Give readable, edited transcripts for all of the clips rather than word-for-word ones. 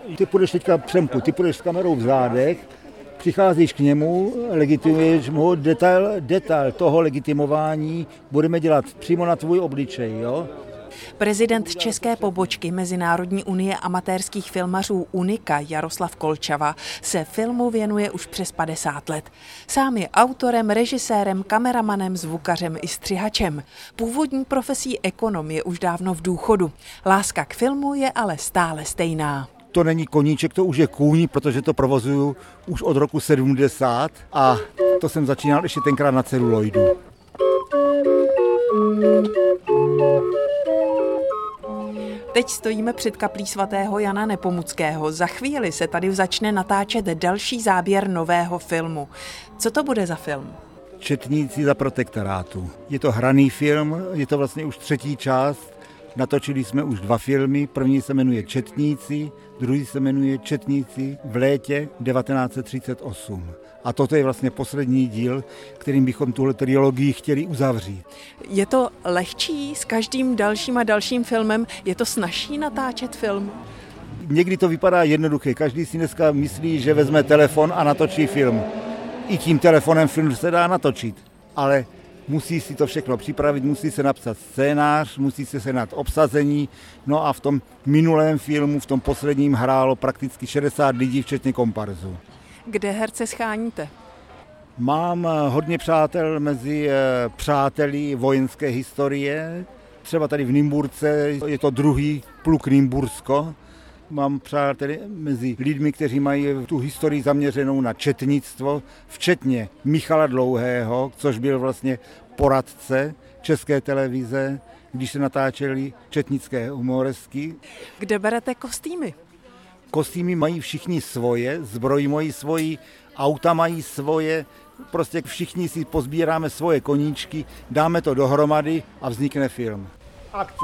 Ty půjdeš teďka Přemku, ty půjdeš s kamerou v zádech, přicházíš k němu, legitimuješ mu detail toho legitimování budeme dělat přímo na tvůj obličej, jo? Prezident české pobočky Mezinárodní unie amatérských filmařů UNIKA Jaroslav Kolčava se filmu věnuje už přes 50 let. Sám je autorem, režisérem, kameramanem, zvukařem i střihačem. Původní profesí ekonom je už dávno v důchodu. Láska k filmu je ale stále stejná. To není koníček, to už je kůň, protože to provozuju už od roku 70 a to jsem začínal ještě tenkrát na celuloidu. Teď stojíme před kaplí svatého Jana Nepomuckého. Za chvíli se tady začne natáčet další záběr nového filmu. Co to bude za film? Četníci za protektorátu. Je to hraný film, je to vlastně už třetí část. Natočili jsme už 2 filmy. První se jmenuje Četníci, druhý se jmenuje Četníci v létě 1938. A toto je vlastně poslední díl, kterým bychom tuhle trilogii chtěli uzavřít. Je to lehčí s každým dalším a dalším filmem? Je to snazší natáčet film? Někdy to vypadá jednoduché. Každý si dneska myslí, že vezme telefon a natočí film. I tím telefonem film se dá natočit, ale musí si to všechno připravit, musí se napsat scénář, musí se sehnat obsazení. No a v tom minulém filmu, v tom posledním hrálo prakticky 60 lidí, včetně komparzu. Kde herce scháníte? Mám hodně přátel mezi přáteli vojenské historie. Třeba tady v Nymburce je to 2. pluk Nymbursko. Mám přáteli mezi lidmi, kteří mají tu historii zaměřenou na četnictvo, včetně Michala Dlouhého, což byl vlastně poradce České televize, když se natáčely četnické humoresky. Kde berete kostýmy? Kostýmy mají všichni svoje, zbroj mají svoji, auta mají svoje, prostě všichni si pozbíráme svoje koníčky, dáme to dohromady a vznikne film. Akce!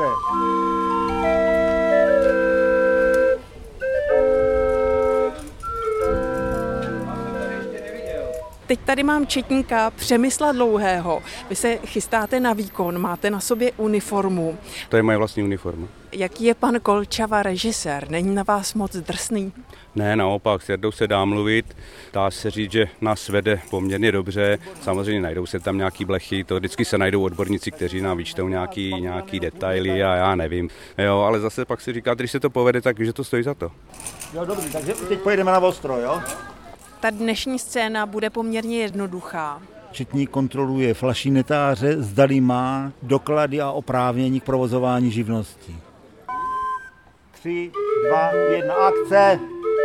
Teď tady mám četníka Přemysla Dlouhého. Vy se chystáte na výkon, máte na sobě uniformu. To je moje vlastní uniforma. Jaký je pan Kolčava režisér? Není na vás moc drsný? Ne, naopak, s Jardou se dá mluvit. Dá se říct, že nás vede poměrně dobře. Samozřejmě najdou se tam nějaký blechy, to vždycky se najdou odborníci, kteří nám vyčtou nějaký detaily a já nevím. Jo, ale zase pak si říká, když se to povede, tak že to stojí za to. Jo, dobrý, takže teď pojedeme na ostro, jo? Ta dnešní scéna bude poměrně jednoduchá. Četník kontroluje flašinetáře, zdali má doklady a oprávnění k provozování živnosti. 3, 2, 1, akce!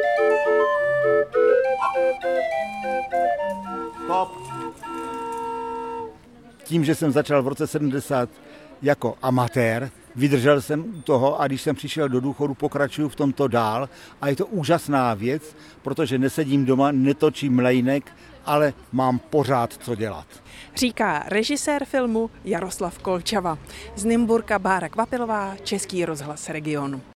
Stop! Tím, že jsem začal v roce 70 jako amatér, vydržel jsem u toho a když jsem přišel do důchodu, pokračuju v tomto dál a je to úžasná věc, protože nesedím doma, netočím mlejnek, ale mám pořád co dělat. Říká režisér filmu Jaroslav Kolčava. Z Nymburka Bára Kvapilová, Český rozhlas Region.